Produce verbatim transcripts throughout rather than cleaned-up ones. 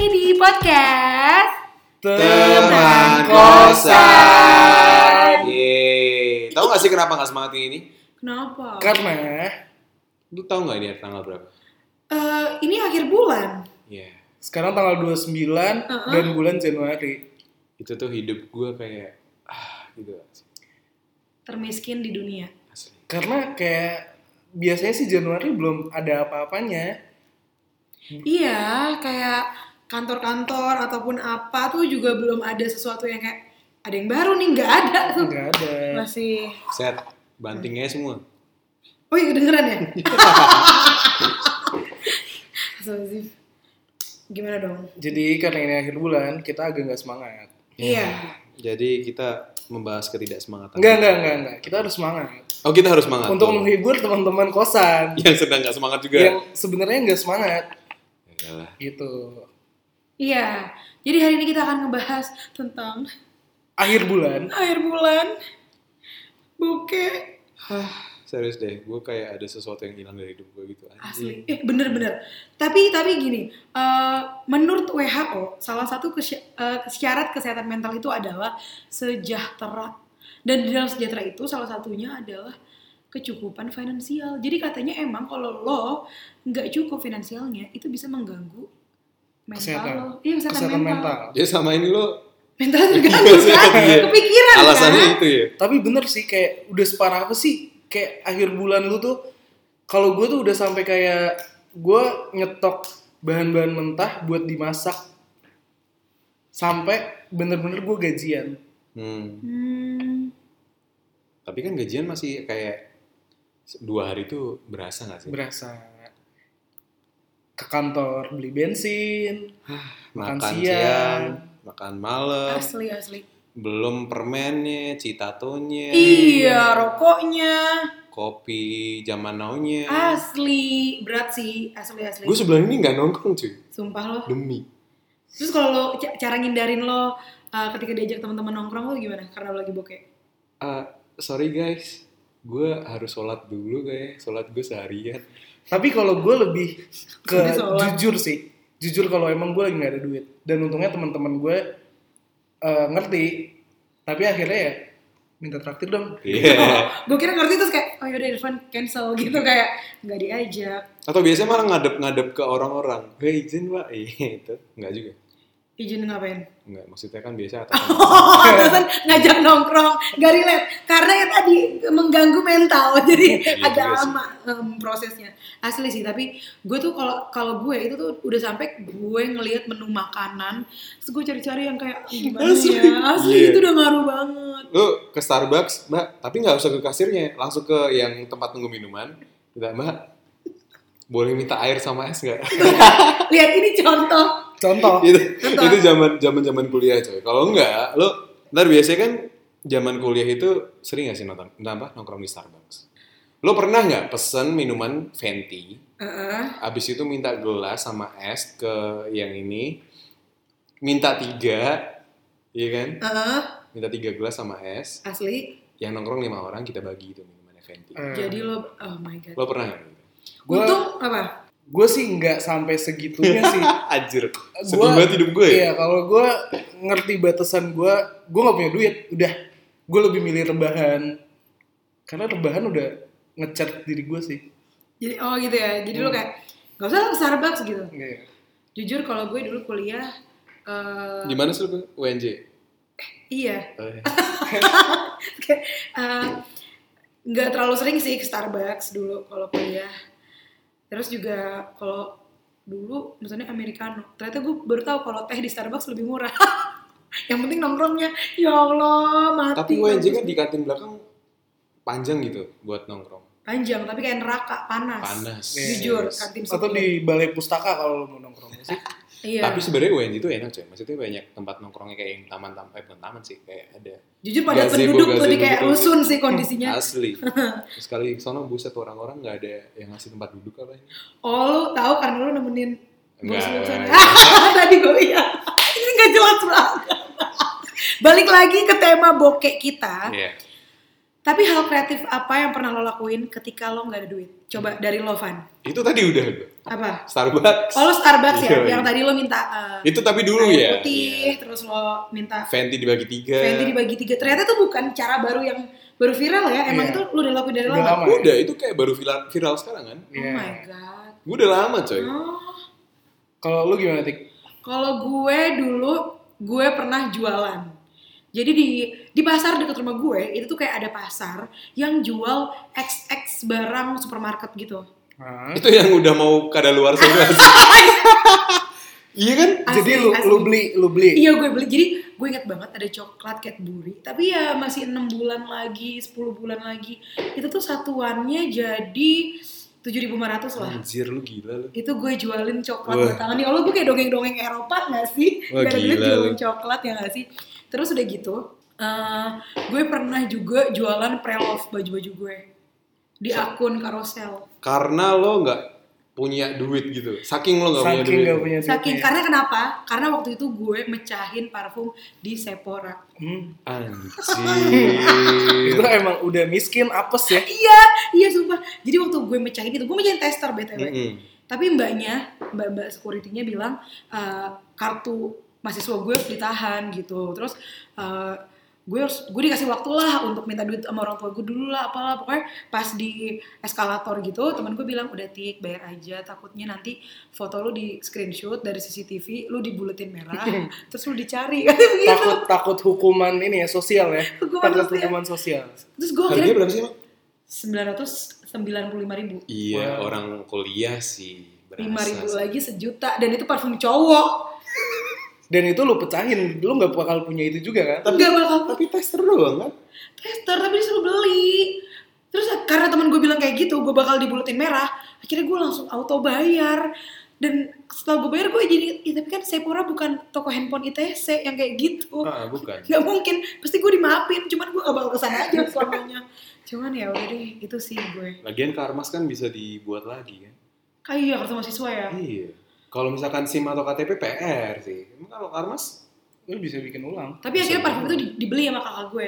lagi di podcast Teman Kosan. Yeay. Tahu gak sih kenapa gak semangat ini? Kenapa? Karena Lu tahu gak ini tanggal berapa? Uh, ini akhir bulan. Iya. Yeah. sekarang tanggal dua puluh sembilan uh-huh. dan bulan Januari. Itu tuh hidup gue kayak ah gitu. Termiskin di dunia. Asli. Karena kayak biasanya sih Januari belum ada apa-apanya. Iya, kayak kantor-kantor ataupun apa tuh juga belum ada sesuatu yang kayak ada yang baru nih, nggak ada tuh. Nggak ada. Masih. Set, bantingnya semua. Oh iya kedengeran ya? Asal gimana dong? Jadi karena ini akhir bulan, kita agak nggak semangat. Iya. Jadi kita membahas ketidaksemangatan. Enggak, enggak, enggak, enggak. Kita harus semangat. Oh, kita harus semangat. Untuk oh. menghibur teman-teman kosan. Yang sedang nggak semangat juga. Yang sebenarnya nggak semangat. Yalah. Gitu. Iya. Jadi hari ini kita akan ngebahas tentang akhir bulan. Akhir bulan. Bokeh. Hah, serius deh. Gue kayak ada sesuatu yang hilang dari hidup gue gitu. Anjing. Asli. Eh bener-bener. Tapi tapi gini. Uh, menurut W H O, salah satu kesy- uh, syarat kesehatan mental itu adalah sejahtera. Dan di dalam sejahtera itu salah satunya adalah kecukupan finansial. Jadi katanya emang kalau lo nggak cukup finansialnya itu bisa mengganggu mental kesehatan. lo. Iya kesehatan, kesehatan mental. mental. Jadi sama ini lo Mental terganggu kan? Kepikiran kan? alasannya itu ya. Tapi bener sih kayak udah separah apa sih? Kayak akhir bulan lu tuh kalau gue tuh udah sampai kayak gue nyetok bahan-bahan mentah buat dimasak sampai bener-bener gue gajian. Hmm. Hmm. Tapi kan gajian masih kayak dua hari tuh berasa nggak sih? Berasa. Ke kantor beli bensin, makan, Makan siang, siang, makan malam, Asli asli. belum permennya, citatonya, Iya rokoknya. kopi zaman now-nya. Asli berat sih asli asli. Gue sebulan ini nggak nongkrong cuy, Sumpah lo. demi. Terus kalau lo c- cara ngindarin lo uh, ketika diajak teman-teman nongkrong lo gimana? Karena lo lagi bokeh. Uh, sorry guys, gue harus sholat dulu kayak, sholat gue seharian. Tapi kalau gue lebih ke Jadi sholat. jujur sih, jujur kalau emang gue lagi nggak ada duit. Dan untungnya teman-teman gue uh, ngerti, tapi akhirnya ya minta traktir dong. Iya. Yeah. Gue kira ngerti terus kayak oh yaudah Irfan cancel gitu kayak nggak diajak. Atau biasanya malah ngadep-ngadep ke orang-orang. Gue izin pak, iya itu nggak juga. Izin ngapain? Enggak, maksudnya kan biasa atas. Oh, atasan ngajak nongkrong, gak relate. Karena ya tadi mengganggu mental, jadi Iya agak juga sih. lama um, prosesnya. Asli sih, tapi gue tuh kalau kalau gue itu tuh udah sampai gue ngelihat menu makanan, terus gue cari-cari yang kayak gimana Asli. ya, asli Iya. itu udah ngaruh banget. Lu ke Starbucks, mbak, tapi nggak usah ke kasirnya, langsung ke yang tempat tunggu minuman. Tidak, mbak, boleh minta air sama es nggak? Lihat ini contoh. Contoh. itu itu zaman zaman zaman kuliah coy. Kalau enggak, lo ntar biasanya kan zaman kuliah itu sering nggak sih nonton, apa nongkrong di Starbucks. Lo pernah nggak pesen minuman venti, Uh-uh. abis itu minta gelas sama es ke yang ini, minta tiga, iya kan? Uh-uh. Minta tiga gelas sama es. Asli. Yang nongkrong lima orang kita bagi itu minumannya venti. Uh, Jadi lo, oh my god. Lo pernah nggak? Gua- Untung apa? gue sih nggak sampai segitunya sih. Anjir, sedih Gua- banget hidup gue ya? Iya, kalau gue ngerti batasan gue, gue nggak punya duit, udah gue lebih milih rebahan, karena rebahan udah ngecat diri gue sih. Jadi oh gitu ya. Jadi lo kayak nggak usah ke Starbucks gitu. Iya. Jujur kalau gue dulu kuliah uh, Gimana sih lo U N J? iya Oh, iya. kayak uh, nggak terlalu sering sih ke Starbucks dulu kalau kuliah. Terus juga kalau dulu misalnya americano, ternyata gue baru tahu kalau teh di Starbucks lebih murah. Yang penting nongkrongnya, ya Allah mati. Tapi U N J kan di kantin belakang panjang gitu buat nongkrong. Panjang tapi kayak neraka panas. Panas. Jujur Yes. kantin Atau sekolah. di balai pustaka kalau lo mau nongkrong sih. Iya. Tapi sebenarnya U N J itu enak coy. Maksudnya banyak tempat nongkrongnya kayak yang taman-taman, eh bukan taman sih, kayak ada. Jujur pada Gazebo, penduduk tuh di gazebo kayak gitu. rusun sih kondisinya. Asli. Terus kali sono buset orang-orang nggak ada yang ngasih tempat duduk apa ini. Oh lu tahu karena lu nemenin Enggak, bos lu sana. enggak. Tadi gue lihat. Ini nggak jelas banget. Balik lagi ke tema bokek kita. Iya. Tapi hal kreatif apa yang pernah lo lakuin ketika lo nggak ada duit? Coba dari lo, Van. Itu tadi udah. Apa? Starbucks. Oh, lo Starbucks ya? Iya, Yang iya. tadi lo minta uh, Itu tapi dulu air ya. putih, Iya. terus lo minta Fenty dibagi tiga. Fenty dibagi tiga. Ternyata itu bukan cara baru yang baru viral ya. Emang Iya. itu lo udah lakuin dari Udah lama? lama. Udah, itu kayak baru viral, viral sekarang kan. Oh Iya. my god. Gue udah lama coy. Oh. Kalau lu gimana, Tik? Kalau gue dulu, gue pernah jualan. Jadi di di pasar dekat rumah gue, itu tuh kayak ada pasar yang jual X X barang supermarket gitu. Hah? Itu yang udah mau kadaluarsa juga. Iya kan? Asli, Jadi lu asli. lu beli, lu beli. Iya gue beli, jadi gue inget banget ada coklat Cadbury. Tapi ya masih enam bulan lagi, sepuluh bulan lagi. Itu tuh satuannya jadi tujuh ribu lima ratus lah. Anjir lu gila lu. Itu gue jualin coklat Wah. batangan. Ya Allah, gue kayak dongeng-dongeng Eropa gak sih? Wah, Gak ada duit gila jualin lu. coklat ya gak sih? Terus udah gitu, eh, gue pernah juga jualan pre-love baju-baju gue di akun Carousel. Karena lo nggak punya duit gitu. Saking lo nggak punya Saking duit. nggak punya duit. Saking, karena kenapa? Karena waktu itu gue mecahin parfum di Sephora. Hmm. Anjir. Itu emang udah miskin apes ya. Iya, iya sumpah. Jadi waktu gue mecahin itu, gue mecahin tester B T W. Mm-mm. Tapi mbaknya, mbak-mbak security-nya bilang uh, kartu mahasiswa gue harus ditahan gitu. Terus uh, gue harus gue dikasih waktu lah untuk minta duit sama orang tua gue dulu lah, apalah. Pokoknya pas di eskalator gitu, teman gue bilang udah Tik, bayar aja. Takutnya nanti foto lu di screenshot dari C C T V, lu dibuletin merah, terus lu dicari. Katanya begitu. Takut takut hukuman ini ya sosial ya. Hukuman Takut sosial. hukuman sosial. Terus gue Harganya akhirnya berapa sih emang? sembilan ratus sembilan puluh lima ribu. Iya, Wow. orang kuliah sih. berasa lima ribu sih. lagi sejuta, dan itu parfum cowok. Dan itu lu pecahin, lu nggak bakal punya itu juga kan? Tapi, Nggak bakal tapi tester doang kan? tester, tapi disuruh beli. Terus karena teman gue bilang kayak gitu, gue bakal dibuletin merah, akhirnya gue langsung auto bayar. Dan setelah gue bayar, gue jadi, ya, tapi kan Sephora bukan toko handphone I T C yang kayak gitu. Ah, bukan. Gak mungkin, pasti gue dimaafin, cuman gue gak bakal kesana aja selamanya. Cuman ya udah deh, itu sih gue. Lagian Karmas kan bisa dibuat lagi kan? Kayak iya, kartu mahasiswa ya. Iya. Kalau misalkan SIM atau K T P P R sih. Emang kalau Karmas? Lu bisa bikin ulang. Tapi akhirnya Bisa parfum itu di- dibeli sama kakak gue.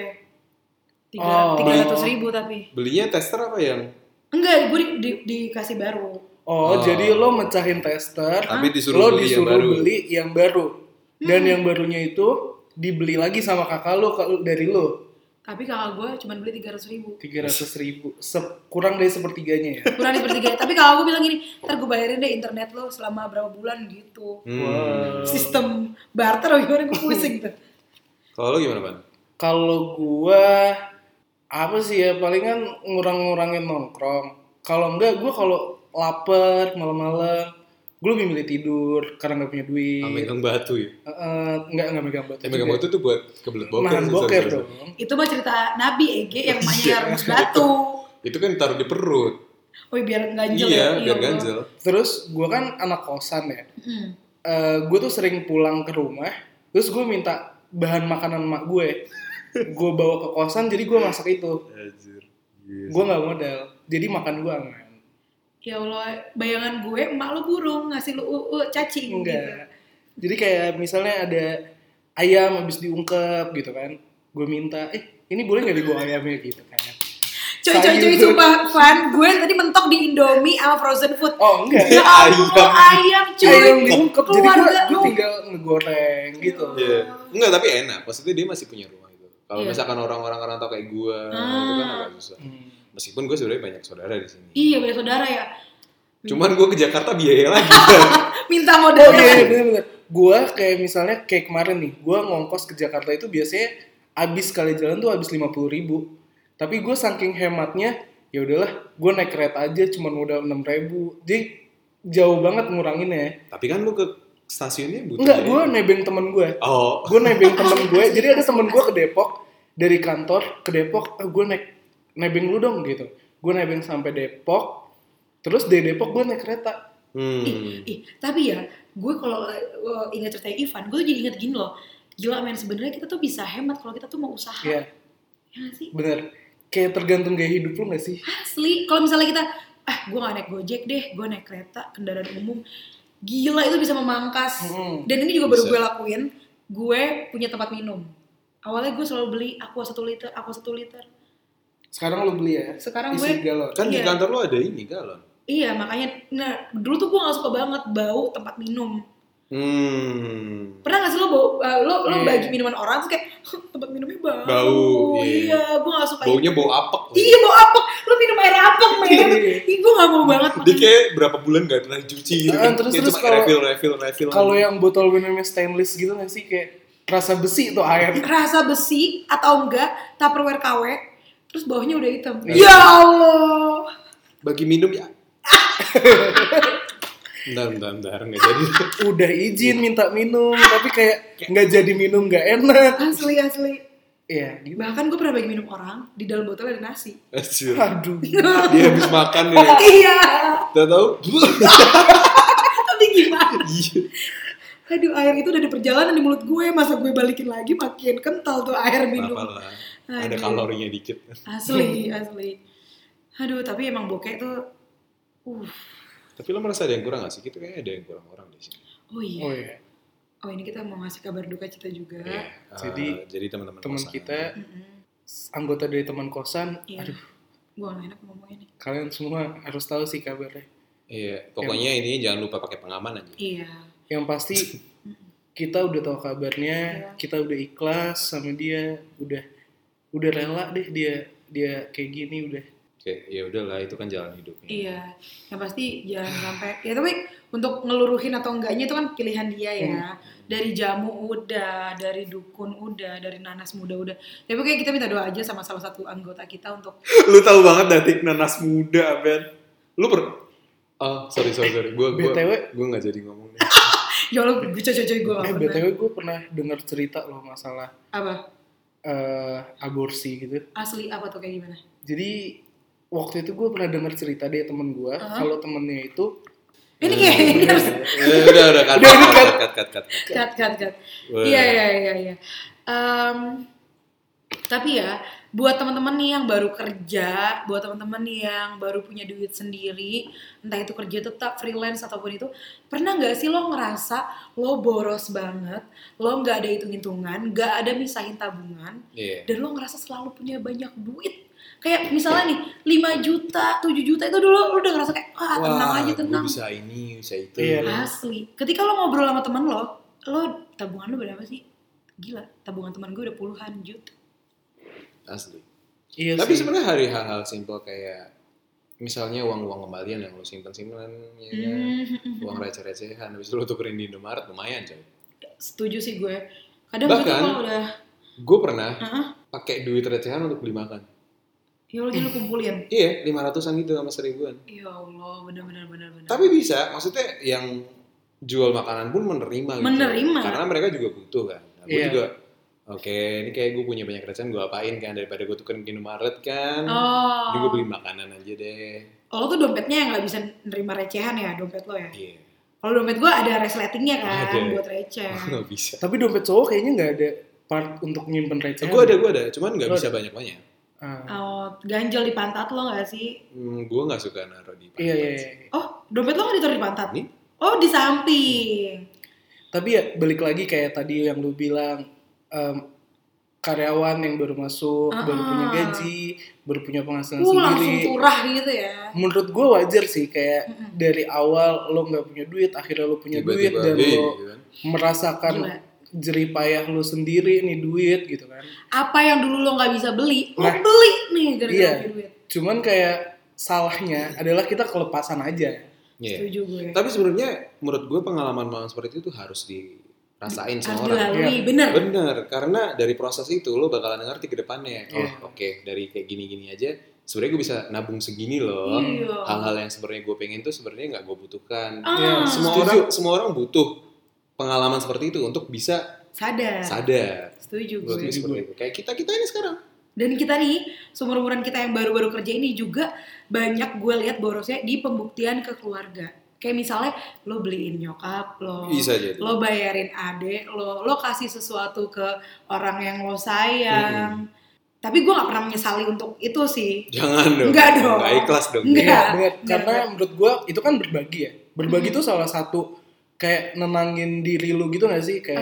Oh. Tiga ratus ribu tapi. Belinya tester apa yang? Enggak, gue di, di- dikasih baru. Oh, Oh. jadi lo mecahin tester, Tapi disuruh lo beli yang disuruh baru. beli yang baru. Dan Hmm. yang barunya itu dibeli lagi sama kakak lo ke- dari lo. Tapi kakak gue cuma beli tiga ratus ribu. tiga ratus ribu. Se- kurang dari sepertiganya ya. Kurang dari sepertiga. Tapi kalau gue bilang gini, ntar gue bayarin deh internet lo selama berapa bulan gitu. Hmm. Wow. Sistem barter atau gimana, gue pusing tuh. Kalau lo gimana, Pan? Kalau gua apa sih ya, palingan ngurang-ngurangin nongkrong. Kalau enggak, gua kalau lapar malam-malam, gua lebih milih tidur karena nggak punya duit. Ah, megang batu ya? Eh, eh, enggak enggak megang batu. Eh, megang juga. batu tuh buat kebelet boker. Nahan sih, boker sorry, sorry. dong. Itu mah cerita Nabi Ege yang emaknya Iya. rebus batu. Itu kan taruh di perut. Oh biar ganjel Iya, ya. biar Allah. ganjel. Terus gua kan anak kosan ya. Hmm. Eh, gua tuh sering pulang ke rumah, terus gua minta bahan makanan emak gue. Gue bawa ke kosan, jadi gue masak itu. Anjir. Yes. Gue nggak modal, jadi makan gue aman. Ya Allah, bayangan gue emak lo burung ngasih lo uh, uh, cacing gitu. Enggak. Jadi kayak misalnya ada ayam habis diungkep gitu kan, gue minta, eh ini boleh nggak dibawa ayamnya gitu kan? Coy coy coy, Sayur. sumpah Van, gue tadi mentok di Indomie sama frozen food. Oh enggak. Ya Allah, ayam cuy. Ayam diungkep, jadi gue Keluarga gue lu. tinggal ngegoreng gitu. Iya. Enggak, tapi enak. Maksudnya dia masih punya rumah itu. Kalau Iya. misalkan orang-orang rantau kayak gue, Ah. itu kan agak susah. Hmm. Meskipun gue sebenarnya banyak saudara di sini. Iya, banyak saudara ya. Cuman gue ke Jakarta biaya lagi. Minta Oh modal. iya, iya bener-bener. Gue kayak misalnya kayak kemarin nih, gue ngongkos ke Jakarta itu biasanya abis sekali jalan tuh abis lima puluh ribu. Tapi gue saking hematnya, ya udahlah, gue naik kereta aja cuma modal enam ribu. Jadi jauh banget nguranginnya. Tapi kan lu ke stasiunnya butuh Enggak, biaya. gue nebeng temen gue. Oh, Gue nebeng temen gue. Jadi ada temen gue ke Depok, dari kantor ke Depok, ah, gue naik nebeng lu dong gitu. Gue nebeng sampai Depok, terus dari Depok gue naik kereta. hmm. Ih, ih, tapi ya, gue kalau uh, ingat cerita Ivan, gue tuh jadi inget gini loh. Gila men, sebenarnya kita tuh bisa hemat kalau kita tuh mau usaha. Iya, Ya nggak sih? bener. Kayak tergantung gaya hidup lu gak sih? Asli, kalau misalnya kita, ah gue gak naik gojek deh, gue naik kereta, kendaraan umum. Gila itu bisa memangkas. Hmm. Dan ini juga baru Bisa. gue lakuin, gue punya tempat minum. Awalnya gue selalu beli aqua satu liter, aqua satu liter. Sekarang lu beli ya? Sekarang isi gue galon. Kan di Iya. kantor lo ada ini galon. iya makanya nah dulu tuh gue nggak suka banget bau tempat minum. Hmm. Pernah gak sih lo bau, uh, lo lo Iya. bagi minuman orang terus kayak "Huh, tempat minumnya bau. Bau, iya. Iya, gue gak suka. Baunya itu. bau apek. Iya bau apek. Lo minum air apek men. Ih gue gak mau banget. Dia kayak berapa bulan gak pernah cuci gitu Ah, kan. terus- Kayak terus cuma kalau- refill, refill, refill. Kalau yang botol minumnya stainless gitu nggak sih kayak rasa besi tuh air. Rasa besi atau enggak Tupperware K W terus bawahnya udah hitam. Iya. Ya Allah. Bagi minum ya. Bentar, bentar, bentar. Nggak jadi. Udah izin minta minum tapi kayak nggak jadi minum nggak enak. Asli asli. Iya, gitu. Bahkan gue pernah bagi minum orang di dalam botol ada nasi. Asyik. Aduh. Dia habis makan nih. Iya. Udah tahu? Tapi gimana? Iya. Aduh air itu udah di perjalanan di mulut gue. Masa gue balikin lagi makin kental tuh air minum. Apa lah. Ada Aduh. kalorinya dikit. Asli asli. Aduh tapi emang bokeh tuh. Uh. Tapi lo merasa ada yang kurang gak sih? Gitu kayaknya ada yang kurang orang di sini. Oh iya. Oh iya. Oh ini kita mau ngasih kabar duka cita juga. Iya. Jadi, Eh, jadi teman-teman Teman kosan. kita, Mm-mm. anggota dari teman kosan, Iya. aduh, Gue gak enak ngomongnya nih. kalian semua harus tahu sih kabarnya. Iya, pokoknya ini jangan lupa pakai pengaman aja. Iya. Yang pasti kita udah tahu kabarnya, Iya. kita udah ikhlas sama dia, udah udah rela deh dia dia kayak gini udah. Oke, ya udahlah itu kan jalan hidupnya. Iya, yang pasti jangan sampai. Ya tapi untuk ngeluruhin atau enggaknya itu kan pilihan dia ya. Dari jamu udah, dari dukun udah, dari nanas muda udah. Tapi kayak kita minta doa aja sama salah satu anggota kita untuk. Lu tahu banget datik nanas muda, Ben. Lu per Oh, sorry sorry sorry. Gua gua B T W. gua enggak jadi ngomong nih. Ya Allah, gue coy-coy gue gak Eh, pernah. B T W gue pernah dengar cerita loh masalah Apa? eh, aborsi gitu. Asli apa tuh kayak gimana? Jadi waktu itu gue pernah dengar cerita dari temen gue, Uh-huh. kalau temennya itu Ini kayak ini harus Eh, udah udah cut Udah, ini cut cut cut cut. cut cut cut. Wah. Iya iya iya iya. Em, tapi ya buat teman-teman nih yang baru kerja, buat teman-teman nih yang baru punya duit sendiri, entah itu kerja tetap, freelance ataupun itu, pernah nggak sih lo ngerasa lo boros banget, lo nggak ada hitung-hitungan, nggak ada misahin tabungan, Iya. dan lo ngerasa selalu punya banyak duit? Kayak misalnya nih lima juta, tujuh juta itu dulu lo udah ngerasa kayak ah tenang Wah, aja gua tenang. bisa ini, bisa itu. Iya. Asli. Ketika lo ngobrol sama teman lo, lo tabungan lo berapa sih? Gila, tabungan teman gue udah puluhan juta. Asli. iya Tapi sih. sebenarnya hari hal-hal simpel kayak misalnya uang-uang kembalian yang lo simpan-simpan ya kan? Hmm. Uang receh-recehan habis itu lo tukerin di Indomaret lumayan coy. Setuju sih gue. Kadang gue tuh Bahkan- kalau udah, Gue pernah Heeh. pakai duit recehan untuk beli makan. ya lagi lu kumpulin. Iya, lima ratusan gitu sama seribuan. Ya Allah, benar-benar benar-benar. Tapi bisa, maksudnya yang jual makanan pun menerima gitu. Menerima. Karena mereka juga butuh kan. Nah, gue Iya. juga, oke ini kayak gue punya banyak recehan, gue apain kan. Daripada gue tukerin ke Indomaret kan. Oh. Jadi gue beli makanan aja deh. Oh, lo tuh dompetnya yang nggak bisa nerima recehan ya, dompet lo ya. Iya. Kalau dompet gue ada resletingnya kan, Ada. buat receh. Gak bisa. Tapi dompet cowok kayaknya nggak ada part untuk nyimpen recehan. Gue ada, gue ada. Cuman gak Lo bisa ada? banyak-banyak. Ah. Oh, ganjel di pantat lo nggak sih? Hmm, gue gak suka naruh di pantat Iya, iya, sih. iya. Oh, dompet lo nggak ditaruh di pantat? Nih. Oh, di samping. Tapi ya balik lagi kayak tadi yang lu bilang, em, karyawan yang baru masuk, Ah. baru punya gaji, baru punya penghasilan Uh, langsung sendiri. turah gitu ya. Menurut gue wajar sih kayak Mm-mm. dari awal lo nggak punya duit, akhirnya lo punya duit Tiba-tiba dan hey, lo gitu kan. merasakan Gila. jerih payah lo sendiri nih duit gitu kan. Apa yang dulu lo nggak bisa beli, lo Nah, beli nih gara-gara iya. punya duit. Cuman kayak salahnya adalah kita kelepasan aja. Iya. Setuju gue. Tapi sebenarnya menurut gue pengalaman malam seperti itu tuh harus dirasain Harus sama orang. dilalui, Iya. bener. Bener, karena dari proses itu lo bakalan ngerti ke depannya. Oh, Iya. oke, dari kayak gini-gini aja sebenarnya gue bisa nabung segini loh. Iya. Hal-hal yang sebenarnya gue pengen tuh sebenarnya nggak gue butuhkan. Ah, Iya, Semua setuju. orang semua orang butuh pengalaman seperti itu untuk bisa sadar. sadar. Setuju Menurut gue. gue seperti itu. Kayak kita kita ini sekarang. Dan kita nih, seumur-umuran kita yang baru-baru kerja ini juga banyak gue lihat borosnya di pembuktian ke keluarga. Kayak misalnya lo beliin nyokap lo, Bisa jadi. lo bayarin adek lo, lo kasih sesuatu ke orang yang lo sayang. Tapi gue gak pernah menyesali untuk itu sih. Jangan dong. Enggak dong. Nggak ikhlas dong. Enggak. Iya, bener. Enggak, Karena enggak. menurut gue itu kan berbagi ya. Berbagi Hmm. tuh salah satu kayak nenangin diri lu gitu gak sih? Kayak Asli.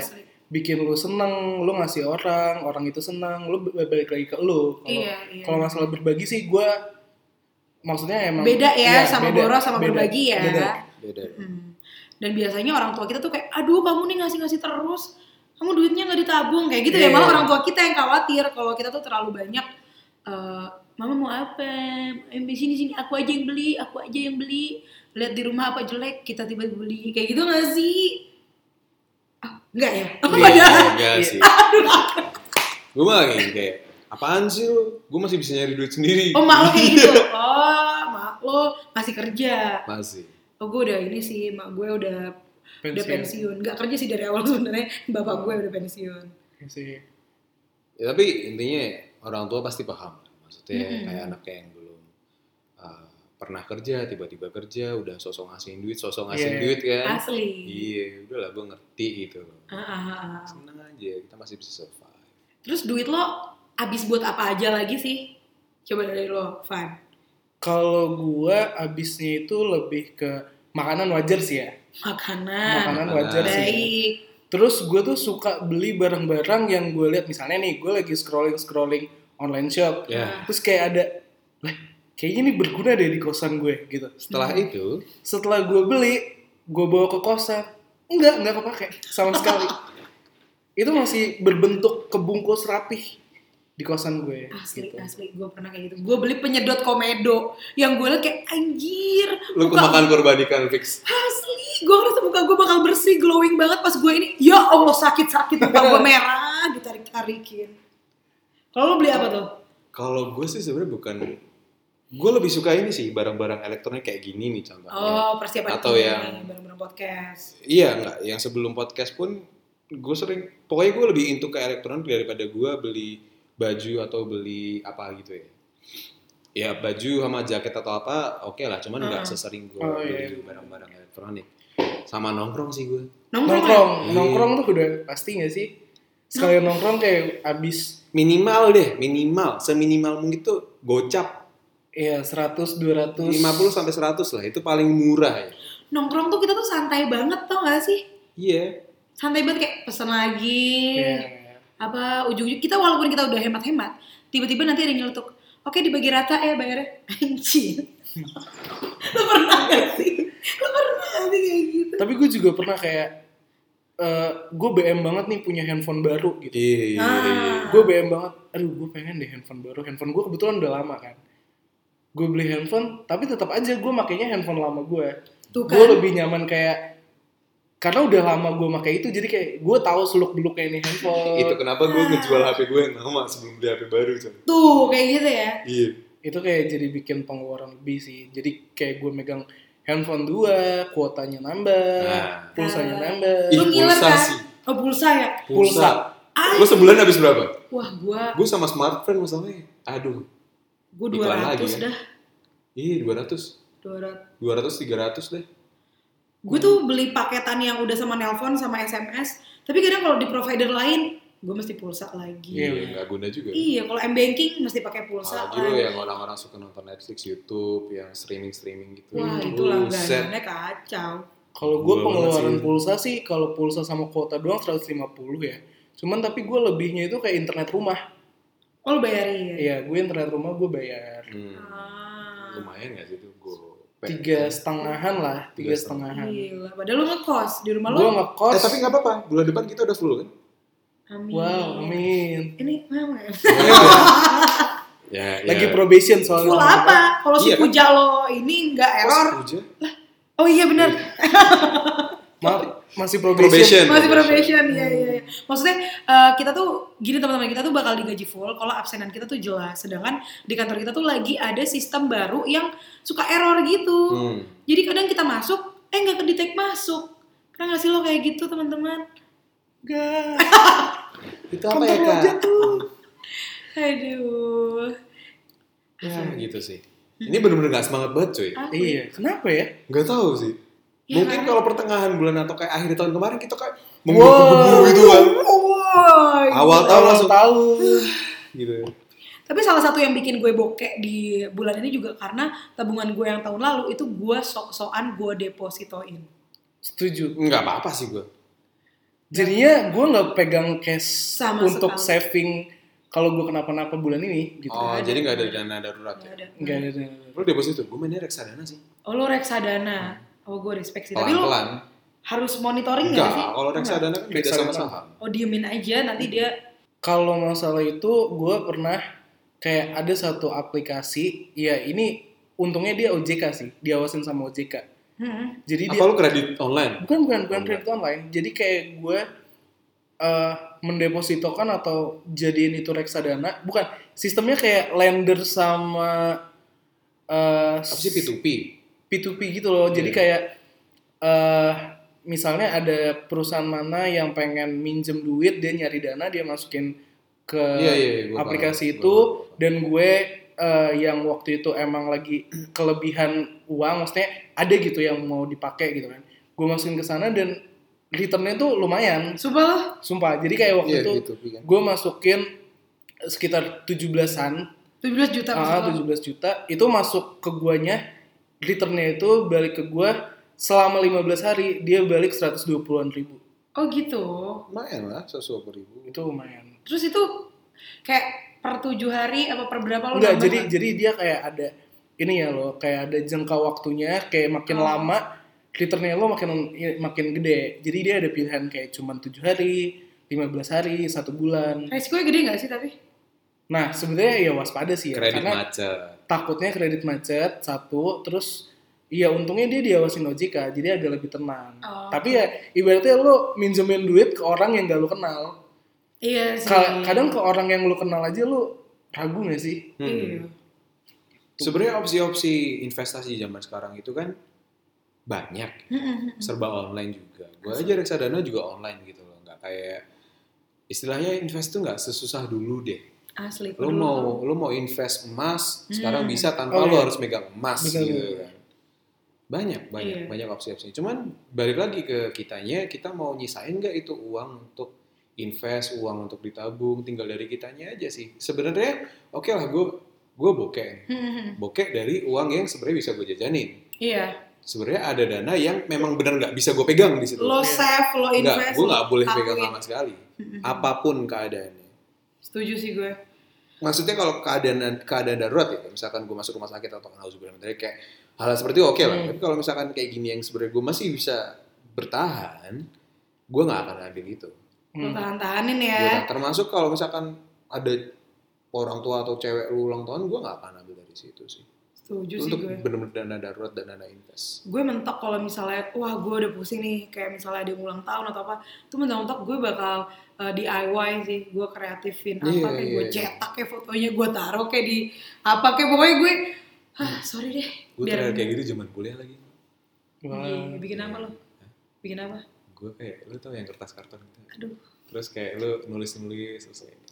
bikin lu seneng, lu ngasih orang, orang itu seneng, lu balik lagi ke lu. Kalau Iya, iya. kalau masalah berbagi sih gue maksudnya emang Beda ya, iya, sama beda, boros sama beda, berbagi ya. beda. Beda. Hmm. Dan biasanya orang tua kita tuh kayak, aduh kamu nih ngasih-ngasih terus, kamu duitnya nggak ditabung kayak gitu ya. Iya. Malah orang tua kita yang khawatir kalau kita tuh terlalu banyak. eh, Mama mau apa? Eh, sini sini aku aja yang beli, aku aja yang beli. Lihat di rumah apa jelek, kita tiba-tiba beli kayak gitu nggak sih? Ah, enggak ya? Iya, Padahal. enggak sih. Gue mah kayak kayak apaan sih lu? Gue masih bisa nyari duit sendiri. Oh mak lo kayak gitu. Oh mak lo masih kerja. Masih. Oh gue udah ini sih, mak gue udah Pensiun. udah pensiun. Nggak kerja sih dari awal sebenarnya. Bapak gue udah pensiun. Iya sih. Ya, tapi intinya orang tua pasti paham. Maksudnya Mm-mm. kayak anak yang belum uh, pernah kerja, tiba-tiba kerja, udah sosok ngasihin duit, sosok ngasihin Iya. duit kan. Asli. Iya, udahlah gue ngerti gitu. Ah, ah, ah, ah. Seneng aja, kita masih bisa survive. Terus duit lo habis buat apa aja lagi sih? Coba dari lo, Van. Kalau gue abisnya itu lebih ke makanan wajar sih ya. Makanan. Makanan wajar sih. Baik. Terus gue tuh suka beli barang-barang yang gue lihat, misalnya nih gue lagi scrolling-scrolling online shop, Ya. terus kayak ada, lah kayaknya ini berguna deh di kosan gue gitu. Setelah Hmm. itu, Setelah gue beli, gue bawa ke kosan, enggak, enggak kepake sama sekali. Itu masih berbentuk kebungkus rapih di kosan gue. Asli, gitu. asli. Gue pernah kayak gitu. Gue beli penyedot komedo. Yang gue liat kayak, anjir. lu muka- kemakan korbanikan fix. Asli. Gue ngerasa muka gue bakal bersih, glowing banget. Pas gue ini, ya Allah sakit-sakit. Muka gue merah, ditarik-tarikin. Kalau lo beli apa tuh? Kalau gue sih sebenarnya bukan, gue lebih suka ini sih barang-barang elektronik kayak gini nih contohnya. Oh, persiapan Atau ini, yang- barang-barang podcast. Iya enggak, yang sebelum podcast pun gue sering, pokoknya gue lebih into ke elektronik daripada gue beli baju atau beli apa gitu ya. Ya baju sama jaket atau apa, oke lah, cuman nggak Uh-uh. sesering gue Oh, iya. beli barang-barang elektronik. Sama nongkrong sih gue. Nongkrong, Nongkrong, Iya. nongkrong tuh udah pasti gak sih? Sekalian nongkrong kayak abis Minimal deh, minimal, seminimal mungkin tuh gocap ya seratus dua ratus lima puluh sampai seratus lah, itu paling murah ya. Nongkrong tuh kita tuh santai banget tau gak sih? Iya. Santai banget kayak pesen lagi. Iya. Apa ujung-ujung kita walaupun kita udah hemat-hemat, tiba-tiba nanti ada yang nyeletuk. Oke dibagi rata ya bayarnya. Anjir. Lo pernah gak sih? Lo pernah gak sih kayak gitu? Tapi gue juga pernah kayak eh gue B M banget nih punya handphone baru gitu. Iya. Ah. Gue B M banget, aduh gue pengen deh handphone baru. Handphone gue kebetulan udah lama kan. Gue beli handphone, tapi tetap aja gue makainya handphone lama gue. Tuh Gue kan. lebih nyaman kayak, karena udah lama gue pakai itu, jadi kayak gue tahu seluk beluknya ini handphone. Itu kenapa gue ngejual H P gue yang lama sebelum beli H P baru, coy. Tuh kayak gitu ya. Iya. Itu kayak jadi bikin pengeluaran lebih sih. Jadi kayak gue megang handphone dua, kuotanya nambah, Nah. pulsanya Ah. nambah. Lu Ih, ngiler pulsa kan? sih. Oh pulsa ya? Pulsa. Ah, Lo sebulan habis berapa? wah gua Gue sama smartphone masalahnya. Aduh. gua Iklan dua ratus lagi ya? dah. Iya, dua ratus. dua ratus. dua ratus, tiga ratus deh. Gue tuh beli paketan yang udah sama nelpon sama S M S, tapi kadang kalau di provider lain gue mesti pulsa lagi. Iya, Iya, nggak guna juga. Iya, kalau M-banking mesti pakai pulsa Apalagi lo lagi. yang orang-orang suka nonton Netflix, YouTube, yang streaming-streaming gitu. Wah, itu Buset. langganannya kacau. Kalau gue Gua pengeluaran banget sih. pulsa sih, kalau pulsa sama kuota doang seratus lima puluh ya. Cuman tapi gue lebihnya itu kayak internet rumah. Oh, lu bayarin. Iya, gue internet rumah gue bayar Hmm. Ah. Lumayan nggak sih itu? Gue tiga setengahan lah, tiga Tiga setengahan. Gila, padahal lu ngekos di rumah Gue lu. ngekos. Eh tapi nggak apa-apa. Bulan depan kita udah full kan? Amin. Wow, amin. Ini memang ya. Ya, Lagi ya. probation soalnya. Full apa? Kalau si Iya, kan? Puja lo ini nggak error. Oh, setuju. Oh iya benar. Maaf, masih probation. Probation. Masih probation, iya iya. iya. Maksudnya eh, kita tuh gini teman-teman, kita tuh bakal digaji full kalau absenan kita tuh jelas. Sedangkan di kantor kita tuh lagi ada sistem baru yang suka error gitu. Hmm. Jadi kadang kita masuk, eh nggak kedetek masuk. Pernah nggak sih lo kayak gitu teman-teman? Enggak. Itu apa ya, Kak? aja tuh. Aduh. Ya gitu sih. Ini bener-bener gak semangat banget cuy. Aku Iya, kenapa ya? Gak tahu sih. Ya Mungkin kan? kalau pertengahan bulan atau kayak akhir tahun kemarin kita kayak Wow. menggebu-gebu gitu kan. Woi. Awal tahun Awal langsung tahu. gitu ya. Tapi salah satu yang bikin gue bokek di bulan ini juga karena tabungan gue yang tahun lalu itu gue sok-sokan gue depositoin. Setuju. Enggak apa-apa sih gue. Jadinya gue nggak pegang cash Sama untuk sekali. saving kalau gue kenapa-napa bulan ini gitu. Oh, Nggak ada, jadi nggak ada nggak dana darurat Nggak ya? ada. Nggak ada. Lu deposito, gue mainnya reksadana sih. Oh lo reksadana. Oh gue respect sih. Tapi lo Pelan-pelan. harus monitoring Enggak, nggak sih? kalau reksadana kan beda sama Reksadana. saham. Oh diemin aja nanti dia. Kalau masalah itu gue pernah kayak ada satu aplikasi, ya ini untungnya dia O J K sih, diawasin sama O J K. Hmm. Jadi Apa dia lu kredit online? bukan bukan bukan Oh, kredit online. Jadi kayak gue eh, mendepositokan atau jadiin itu reksadana, bukan sistemnya kayak lender sama eh, Apa sih P two P? P two P gitu loh. Jadi Iya. kayak eh misalnya ada perusahaan mana yang pengen minjem duit, dia nyari dana, dia masukin ke Iya, iya, iya, gua aplikasi paham, itu, gua paham. dan gue eh, yang waktu itu emang lagi kelebihan uang, maksudnya ada gitu yang mau dipakai gitu kan. Gue masukin ke sana dan returnnya tuh lumayan, Sumpah lo. sumpah. Jadi kayak waktu Iya, itu P two P kan. gue masukin sekitar tujuh belasan, tujuh belas juta maksud ah lo. tujuh belas juta, itu masuk ke guanya, returnnya itu balik ke gua selama lima belas hari, dia balik seratus dua puluhan ribu. Oh gitu. Lumayan lah, seratus dua puluh ribu. Itu lumayan. Terus itu kayak per tujuh hari apa per berapa lo Enggak, nambah jadi kan? jadi dia kayak ada ini ya loh, kayak ada jangka waktunya, kayak makin Oh. lama returnnya lo makin makin gede. Jadi dia ada pilihan kayak cuman tujuh hari, lima belas hari, satu bulan. Resikonya gede nggak sih tapi? Nah, sebenarnya ya waspada sih ya, Kredit karena macet. takutnya kredit macet satu, terus iya untungnya dia diawasin O J K, jadi agak lebih tenang. Oh, Tapi ya ibaratnya lo minjemin duit ke orang yang gak lo kenal. Iya sih. Ka- Kadang ke orang yang lo kenal aja lo ragu gak sih? Hmm. Iya. Sebenarnya opsi-opsi investasi zaman sekarang itu kan banyak, serba online juga. Gue aja reksadana juga online gitu loh, nggak kayak istilahnya invest tuh nggak sesusah dulu deh. Asli. Lo dulu mau tuh. lo mau invest emas sekarang Hmm. bisa tanpa Oh, lo iya. harus megang emas Benar, gitu benar. kan. Banyak banyak Iya. banyak opsi-opsi. Cuman balik lagi ke kitanya, kita mau nyisain nggak itu uang untuk invest, uang untuk ditabung, tinggal dari kitanya aja sih. Sebenarnya oke lah, gue gue bokeh, Hmm. bokeh dari uang yang sebenarnya bisa gue jajanin. Iya. Sebenarnya ada dana yang memang benar nggak bisa gue pegang di situ. Lo save, lo Nggak, invest. gue lo nggak boleh takuin. pegang sama sekali. Apapun keadaannya. Setuju sih gue. Maksudnya kalau keadaan keadaan darurat ya, misalkan gue masuk rumah sakit atau harus berhenti kayak hal seperti itu oke lah. Hmm. Tapi kalau misalkan kayak gini yang sebenarnya gue masih bisa bertahan, gue nggak akan ambil itu. Lo Hmm. tahan-tahanin ya. Gua tak- termasuk kalau misalkan ada orang tua atau cewek lu ulang tahun, gue nggak akan ambil dari situ sih. Setuju sih Untuk gue. benar-benar dana darurat dan dana invest. Gue mentok kalau misalnya wah gue udah pusing nih kayak misalnya ada yang ulang tahun atau apa tuh mentok-mentok gue bakal uh, D I Y sih, gue kreatifin apa Iya, kayak iya, gue iya. cetak kayak fotonya gue taruh kayak di apa kayak pokoknya gue ah sorry deh Gue terakhir kayak gitu zaman kuliah lagi. Wah. Iya, bikin apa lo bikin apa Gue kayak, lu tau yang kertas karton gitu. aduh Terus kayak lu nulis-nulis, terus kayak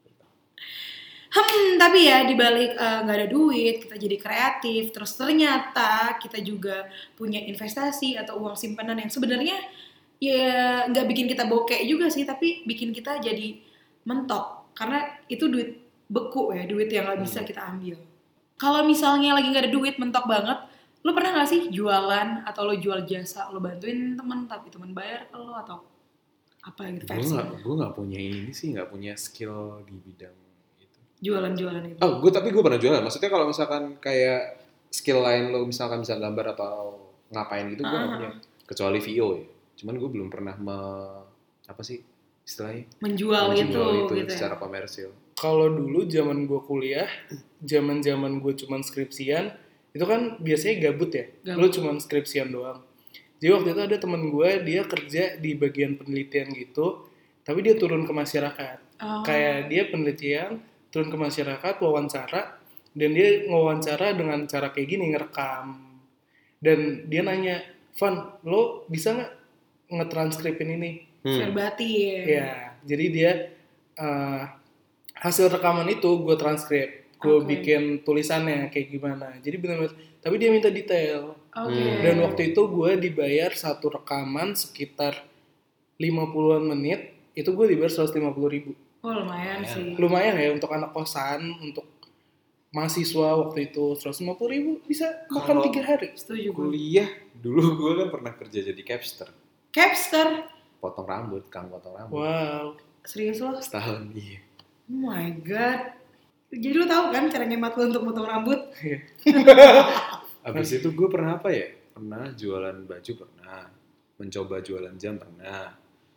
hmm tapi ya dibalik uh, nggak ada duit kita jadi kreatif terus ternyata kita juga punya investasi atau uang simpanan yang sebenarnya ya nggak bikin kita bokeh juga sih tapi bikin kita jadi mentok karena itu duit beku ya duit yang nggak bisa kita ambil. Kalau misalnya lagi nggak ada duit mentok banget, lo pernah nggak sih jualan atau lo jual jasa, lo bantuin temen tapi temen bayar ke lo atau apa gitu gue versi nggak gue nggak punya ini sih, nggak punya skill di bidang itu. jualan-jualan itu? Oh, gue tapi gue pernah jualan. Maksudnya kalau misalkan kayak skill lain lo misalkan bisa gambar atau ngapain gitu, gue nggak Ah. punya. Kecuali V O ya. Cuman gue belum pernah me, apa sih istilahnya? Menjual, itu, Menjual itu gitu secara ya. komersil. Kalau dulu zaman gue kuliah, zaman zaman gue cuman skripsian, itu kan biasanya gabut ya, Gabut. lo cuman skripsian doang. Jadi waktu itu ada temen gue, dia kerja di bagian penelitian gitu, tapi dia turun ke masyarakat. Oh. Kayak dia penelitian, turun ke masyarakat, wawancara, dan dia ngewawancara dengan cara kayak gini, ngerekam. Dan dia nanya, Van, lo bisa nggak ngetranskripin ini? Hmm. Verbatim. Ya, jadi dia uh, hasil rekaman itu gue transkrip, gue Oke. bikin tulisannya kayak gimana. Jadi benar-benar, tapi dia minta detail. Oke. Hmm. Dan waktu itu gue dibayar satu rekaman sekitar lima puluhan menit, itu gue dibayar seratus lima puluh ribu. Oh lumayan Lumayan. sih. Lumayan ya untuk anak kosan, untuk mahasiswa waktu itu seratus lima puluh ribu bisa makan Kalau- tiga hari. Setuju gue. Kuliah dulu gue kan pernah kerja jadi capster. Capster. potong rambut, kang potong rambut. Wow. Serius lo? Setahun, iya. Oh my god. Jadi lo tahu kan cara ngemat lo untuk potong rambut? Abis itu gue pernah apa ya? Pernah jualan baju, pernah. Mencoba jualan jam, pernah.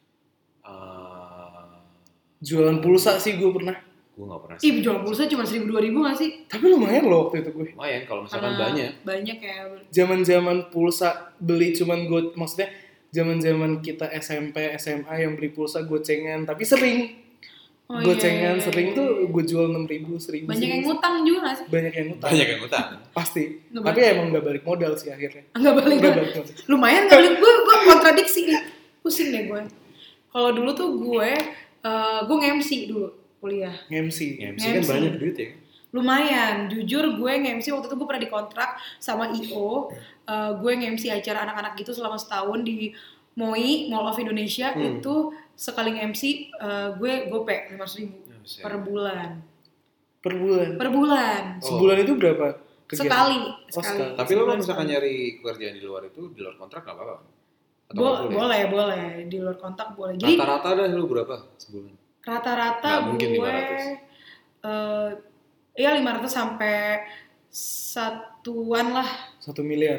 Uh, Jualan pulsa sih gue pernah. gue gak pernah Ih, sih. jual pulsa cuma seribu dua ribu gak sih? Tapi lumayan loh waktu itu gue. Lumayan kalau misalkan Karena banyak. Banyak ya. Zaman-zaman pulsa beli cuman gue, maksudnya zaman-zaman kita S M P, S M A yang beli pulsa gocengan, tapi sering. Oh, Gocengan iya. sering tuh gue jual enam ribu, seribu. Banyak yang ngutang juga gak sih? Banyak yang ngutang. Banyak yang utang. Pasti. Nggak Tapi balik. emang gak balik modal sih akhirnya. Enggak balik. Nggak balik modal. Lumayan gak balik. Gue gue kontradiksi nih. Pusing deh gue. Kalau dulu tuh gue uh, gue nge-M C dulu kuliah. M C. M C kan M C. banyak duit ya. Lumayan, jujur gue nge-M C waktu itu gue pernah dikontrak sama I O. Uh, gue nge-M C acara anak-anak gitu selama setahun di M O I, Mall of Indonesia. Hmm. Itu sekali nge-M C uh, gue gope lima ratus ribu Buset. per bulan. Per bulan. Per bulan. Oh. Sebulan itu berapa? kegiatan? Sekali, Oh, sekali. sekali. Tapi lo kalau Sebulan misalkan sekali. nyari pekerjaan di luar itu, di luar kontrak gak apa-apa? Atau Bo- nggak boleh? boleh, boleh di luar kontak boleh. Jadi Rata-rata dah lo berapa sebulan? rata-rata Nggak mungkin gue lima ratus. eh ya lima ratus sampai satuan lah. Satu miliar.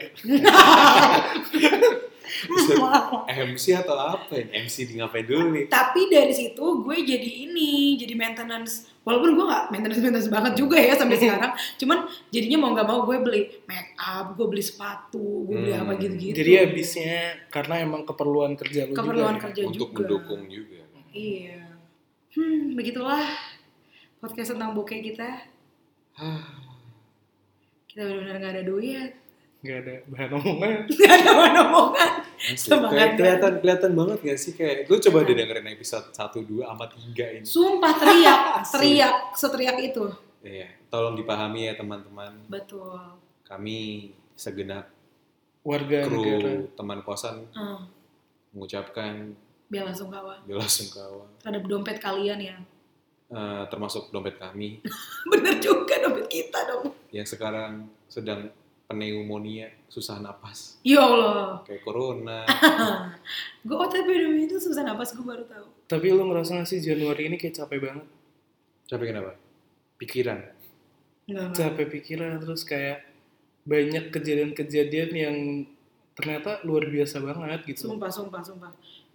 M C atau apa ya? M C di ngapain dulu nih? Tapi dari situ gue jadi ini, jadi maintenance. Walaupun gue nggak maintenance maintenance banget juga ya sampai sekarang. Cuman jadinya mau nggak mau gue beli make up, gue beli sepatu, gue beli Hmm. apa gitu-gitu. Jadi habisnya karena emang keperluan kerja lu keperluan juga. kerja Untuk juga. mendukung juga. Iya. Hmm, begitulah podcast tentang bokeh kita. Kita benar-benar nggak ada duit, Gak ada bahan omongan. nggak ada omongan. Asli. Semangat Kayak kelihatan kelihatan banget gak sih kayak lu coba deh dengerin episode satu, dua, sama tiga ini. Sumpah teriak, teriak, seteriak itu. Iya, tolong dipahami ya teman-teman. Betul. Kami segenap Warga negara. kru teman kosan Uh, mengucapkan bela sungkawa bela sungkawa terhadap dompet kalian ya. eh, termasuk dompet kami Bener juga dompet kita dong. yang sekarang sedang pneumonia, susah napas Ya Allah. kayak corona. Gue O T P demi itu susah napas, gue baru tahu. Tapi lu ngerasa gak sih Januari ini kayak capek banget? Capek kenapa? Pikiran. Enggak, enggak. Capek pikiran, terus kayak banyak kejadian-kejadian yang ternyata luar biasa banget gitu. Sumpah, sumpah, sumpah.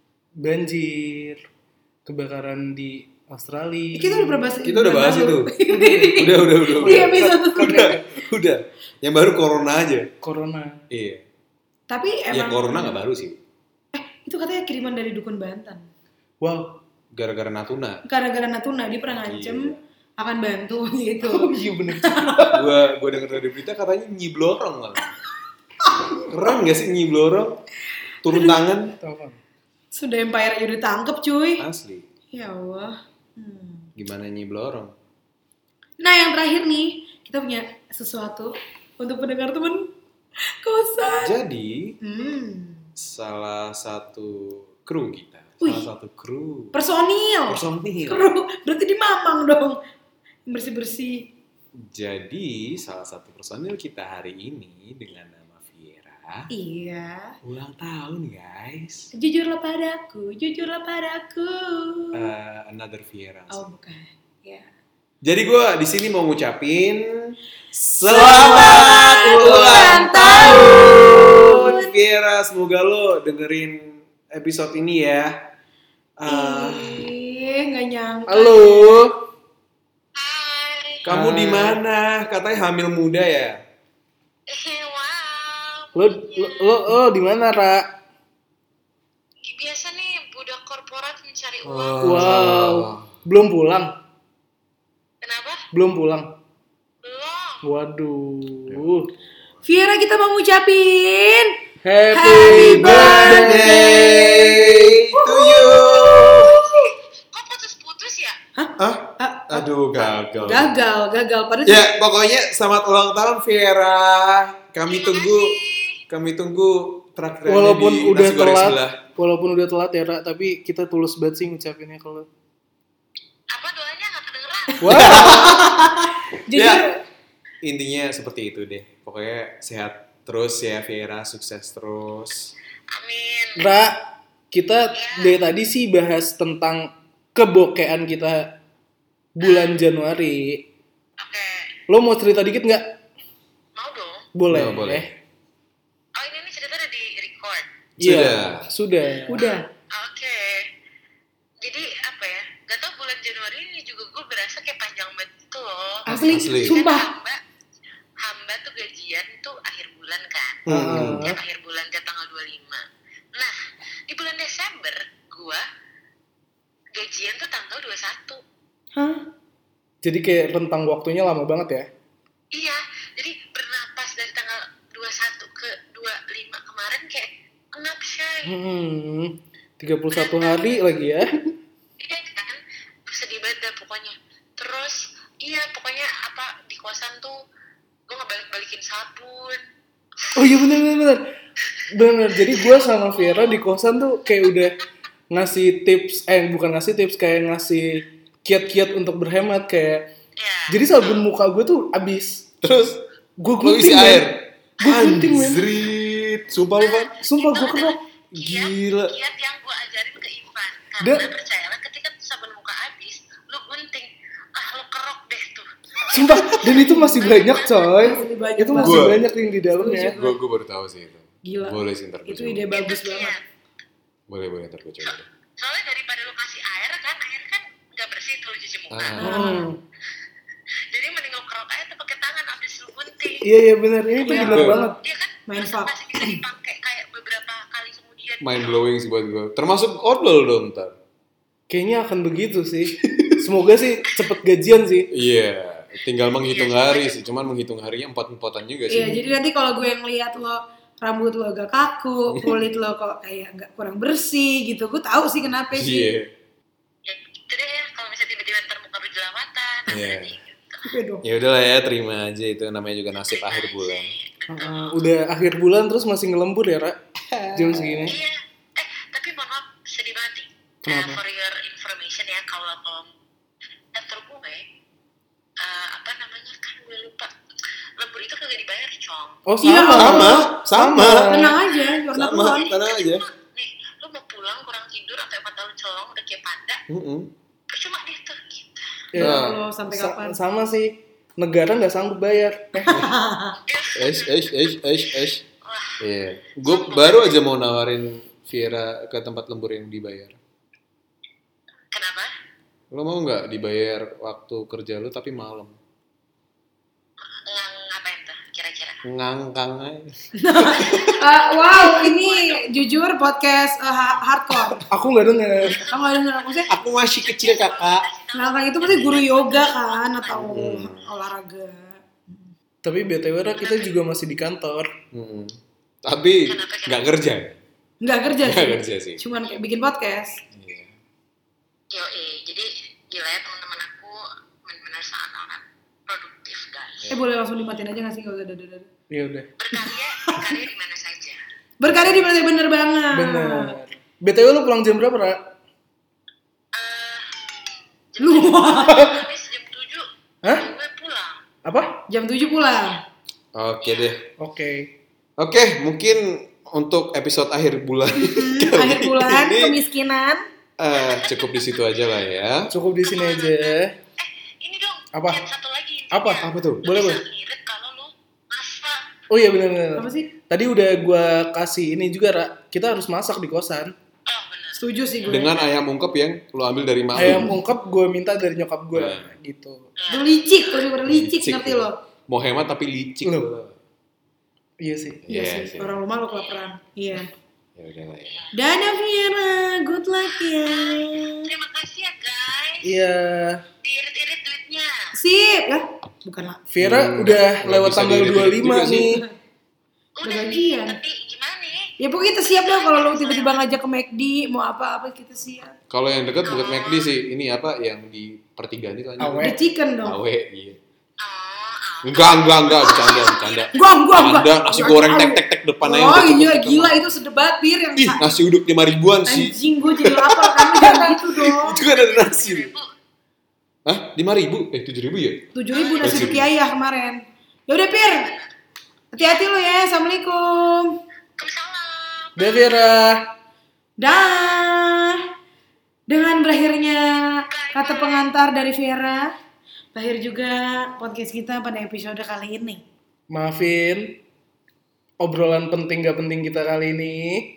Banjir, kebakaran di Australia. Kita udah pernah bahas Kita udah bahas itu. Ini Udah, udah, udah. Di episode Udah, udah. Yang baru corona aja. Corona. Iya. Tapi Ya emang corona nggak baru sih. Eh, itu katanya kiriman dari dukun Banten. Wow. Gara-gara Natuna. Gara-gara Natuna dia pernah ngancem akan bantu gitu. Oh iya bener. Gua gua denger dari berita katanya Nyi Blorong malah. Keren gak sih Nyi Blorong? Turun tangan. Tahu kan? Sudah Empire aja udah tangkep cuy. Asli. Ya Allah. Hmm. Gimana Nyi Blorong? Nah yang terakhir nih, kita punya sesuatu untuk pendengar teman kosan. Jadi Hmm. salah satu kru kita, Wih. salah satu kru Personil. personil. Kru, berarti di Mamang dong. Bersih-bersih. Jadi salah satu personil kita hari ini dengan nama Viera Iya. ulang tahun guys. Jujurlah padaku, jujurlah padaku. Uh, another Viera. Oh bukan. Ya. Jadi gue di sini mau ngucapin Selamat ulang tahun. Viera, semoga lo dengerin episode ini ya. Uh, Ih, nggak nyangka. Halo. kamu Hai. di mana? Katanya hamil muda ya? Wow. Lo lo lo, lo di mana, Ra? Biasa nih budak korporat mencari uang. Oh. Wow. Belum pulang? Kenapa? Belum pulang. Belum. Waduh. Viera kita mau ngucapin Happy, Happy Birthday to you. Kok putus-putus ya? Hah? Ah, Aduh gagal. gagal, gagal. Padahal Ya pokoknya selamat ulang tahun Viera. Kami Terima tunggu, kasih. kami tunggu traktirannya Walaupun di udah nasi goreng telat, sebelah. walaupun udah telat ya, Ra, tapi kita tulus banget sih ngucapinnya kalau. Apa doanya nggak kedengeran? Wah. jujur. Ya, intinya seperti itu deh. Pokoknya sehat terus ya Viera, sukses terus. Amin. Ra, kita dari tadi sih bahas tentang kebokean kita bulan Januari. Oke. Lo mau cerita dikit nggak? Mau dong. Boleh. Nah, boleh. Oh ini nih cerita udah di record. Iya, sudah. Udah. Oke. Jadi apa ya? Gak tau bulan Januari ini juga gue berasa kayak panjang banget gitu loh. Asli, Asli. sumpah. Hamba, hamba tuh gajian tuh akhir bulan kan. Hmm. Tiap akhir bulan tiap tanggal dua puluh lima. Nah, di bulan Desember gue gajian tuh tanggal dua puluh satu. Hah? Jadi kayak rentang waktunya lama banget ya? Iya, jadi bernapas dari tanggal dua puluh satu ke dua puluh lima kemarin kayak enak shay. Hmm, tiga puluh satu hari lagi ya? Iya kan, sedih banget dah pokoknya. Terus, iya pokoknya apa di kosan tuh gue ngebalik-balikin sabun. Oh iya bener bener bener. Bener, jadi gue sama Vera di kosan tuh kayak udah ngasih tips, eh bukan ngasih tips, kayak ngasih kiat-kiat untuk berhemat kayak. Ya. Jadi sabun muka gue tuh abis. Terus Gue lo isi gunting men. air. Gue gunting men. Anjrit, sumpah lu Van. Sumpah Itu gue kerok. adalah Gila. Kiat, kiat yang gue ajarin ke Ivan. Karena Da- percayalah ketika sabun muka habis, lu gunting, ah lu kerok deh tuh. Sumpah, dan itu masih banyak coy. Masih banyak Itu masih banget. banyak yang di dalamnya. Setuju. Gue gue baru tahu sih itu. Gila. Boleh sih ntar gue Itu coba. ide bagus Itu banget. kiat. Boleh boleh ntar gue coba. Soalnya daripada lu kasih air kan, air kan nggak bersih tuh lu cuci muka. Ah. Hmm. Jadi mending lu kerok aja tuh pakai tangan abis lu gunting. Iya iya bener, ini tuh Iya. bener banget. Dia kan Main masih, fuck. masih bisa dipakai kayak beberapa kali kemudian. Mind blowing sih buat gue. Termasuk odol dong ntar. Kayaknya akan begitu sih. Semoga sih cepet gajian sih. Iya. Tinggal menghitung hari sih. Cuman menghitung harinya empat-empatan juga sih. Iya, jadi nanti kalau gue yang lihat lo rambut lo agak kaku, kulit lo kok kayak nggak kurang bersih gitu, gue tahu sih kenapa Iya. sih. Ya gitu deh ya, kalau misalnya tiba-tiba ntar muka berjerawatan. Iya. nanti gitu. Oke dong. Ya udahlah ya, terima aja itu namanya juga nasib akhir bulan. Uh, udah akhir bulan terus masih ngelembur ya, Ra? Jam segini. Iya. Eh, tapi mohon maaf, sedih banget nih. Kenapa? Uh, for your information ya, kalau kalau kantor gue, uh, apa namanya kan gue lupa. Lembur itu kagak dibayar, Cong. Oh, Iya. sama. Sama, sama. Tenang aja, karena Sama. Tuhan. Tenang aja. Nih, lu mau pulang kurang tidur sampai empat tahun celong udah kayak panda, Mm-mm. percuma deh tuh gitu. Ya, Ya Allah, sampai sa- kapan? sama sih. Negara nggak sanggup bayar. Eh, Eish, eish, eish, eish, eish. Wah, Iya. Gue baru aja mau nawarin Viera ke tempat lembur yang dibayar. kenapa? Lo mau nggak dibayar waktu kerja lo tapi malam? Ngang ngapain tuh kira-kira? Ngangkang aja. Eh, wow, ini jujur podcast eh, ha- hardcore. aku nggak dengar. Kamu nggak dengar maksudnya? Aku masih kecil kakak. Ngangkang itu pasti guru yoga kan atau Hmm. olahraga. Tapi B T W Ra, kita juga masih di kantor. Mm-mm. Tapi nggak kerja. Nggak kerja Nggak sih. kerja sih. Cuman kayak bikin podcast. Iya. Yo, eh, jadi gila ya teman-teman aku benar-benar sangat produktif guys. Eh boleh langsung dimatiin aja nggak sih kalau udah udah. Ya udah. Berkarya, berkarya di mana saja. Berkarya di mana bener banget. Bener. B T W lu pulang jam berapa, Ra? Eh, jam Lu. tujuh, habis jam tujuh, Hah? gue pulang. Apa? Jam tujuh pulang. Oke deh. Oke. Oke, mungkin untuk episode akhir bulan Hmm, kali akhir bulan ini, kemiskinan. eh, cukup di situ aja lah ya. Cukup di sini aja. Eh, ini dong. Apa? Kiat satu lagi. Apa? intinya. Apa tuh? Lu Boleh, bisa boleh. ngirit kalau lu masak. Oh iya benar-benar. Apa sih? Tadi udah gua kasih ini juga, Ra. Kita harus masak di kosan. Oh benar. Setuju sih gue. Dengan ayam ungkep yang lo ambil dari Malu. Ayam ungkep gue minta dari nyokap gue Nah. gitu. Itu licik, lebih pada licik, Licik, ngerti ya. lo? Mau hemat tapi licik. Loh. lo. Iya sih. Iya Iya sih. sih. Orang rumah lo kelaparan. Iya. Ya udah lah ya. Dadah Viera, good luck ya. Terima kasih ya guys. Iya. Diirit-irit duitnya. Sip ya? Bukan lah. Vera Hmm, udah nggak lewat bisa tanggal diirit-irit dua puluh lima juga sih. nih. Udah Udah nih, gajian. tapi gimana ya? Ya pokoknya kita siap dah kalau lo tiba-tiba ngajak ke McD, mau apa-apa kita siap. Kalau yang dekat bukan McD sih, ini apa yang di pertigaan itu aja. Awe. Di chicken dong. Awe, iya. Oh, oh. Enggak, enggak, enggak, bercanda, bercanda. Gua, gua, gua. Ada nasi goreng tek tek tek depan aja. Oh udah cukup iya itu gila mah. itu sedebat bir yang Ih, nasi uduk lima ribuan sih. anjing gue jadi lapar kamu jangan gitu dong. Itu kan ada nasi. Seribu. Hah? lima ribu? Eh, tujuh ribu ya? Tujuh ribu nasi Tujuh uduk ribu. ayah kemarin. Ya udah Pir, hati-hati lo ya. Assalamualaikum. Waalaikumsalam. Dah Vera. Dah. Dengan berakhirnya kata pengantar dari Vera, berakhir juga podcast kita pada episode kali ini. Maafin obrolan penting gak penting kita kali ini.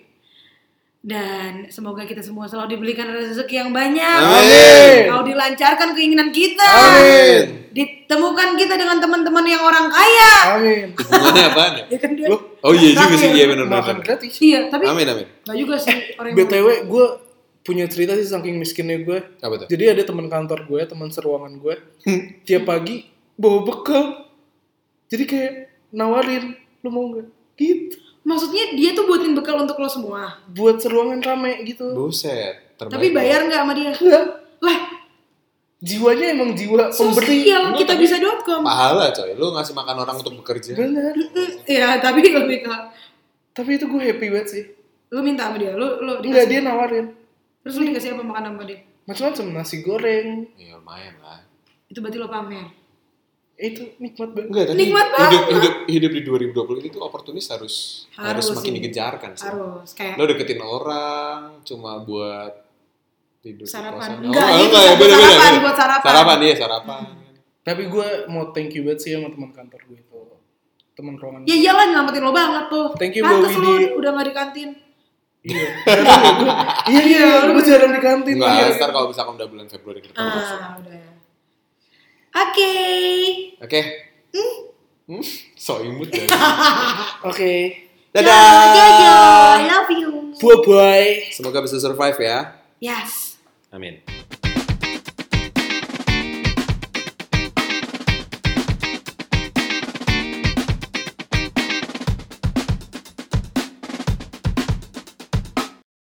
Dan semoga kita semua selalu diberikan rezeki yang banyak. Amin. Kau dilancarkan keinginan kita. Amin. Ditemukan kita dengan teman-teman yang orang kaya. Amin. Hubungannya apaan ya? Ya kan dia. Loh, Oh iya juga sih, Terakhir. iya benar-benar. makan gratis. Iya, tapi Amin amin. enggak juga sih orang yang B T W gue punya cerita sih saking miskinnya gue. Apa tuh? Jadi ada teman kantor gue, teman seruangan gue, tiap pagi bawa bekal. Jadi kayak nawarin, lu mau nggak? Gitu. maksudnya dia tuh buatin bekal untuk lo semua. Buat seruangan rame gitu. Buset. Terbaik. Tapi bayar nggak sama dia? Enggak. Lah, Jiwanya emang jiwa pemberi. sosial kita bisa dot com. Pahala coy, lu ngasih makan orang untuk bekerja. Bener. Iya, tapi lebih ke Tapi itu gue happy banget sih. lu minta sama dia, lu lu Enggak, dikasih. dia nawarin. Terus lu dikasih apa makan sama dia? Macam-macam, nasi goreng. Ya lumayan lah. Itu berarti lo pamer. Itu nikmat banget. Enggak, tapi Nikmat hidup, banget. hidup hidup di dua ribu dua puluh itu oportunis harus harus, Harus semakin sih. dikejarkan sih. Harus kayak Lo deketin orang cuma buat tidur di Sarapan. kosan. Enggak, oh, itu enggak, ya, buat beda, sarapan, beda. buat sarapan. Sarapan iya, sarapan. Tapi gue mau thank you banget sih sama teman kantor gue itu. Teman ruangan. ya iyalah nyelamatin lo banget tuh. Thank you, Pantes Mbak lo Widi. udah nggak di kantin. Iya. Iya, iya, gue jarang di kantin. Enggak, Iya. ntar kalau misalkan udah bulan Februari kita masuk. Ah, udah. Oke. Oke. Hmm? So imut deh. Oke. Dadah. Dadah. I love you. Bye-bye. Semoga bisa survive ya. Yes. Amin.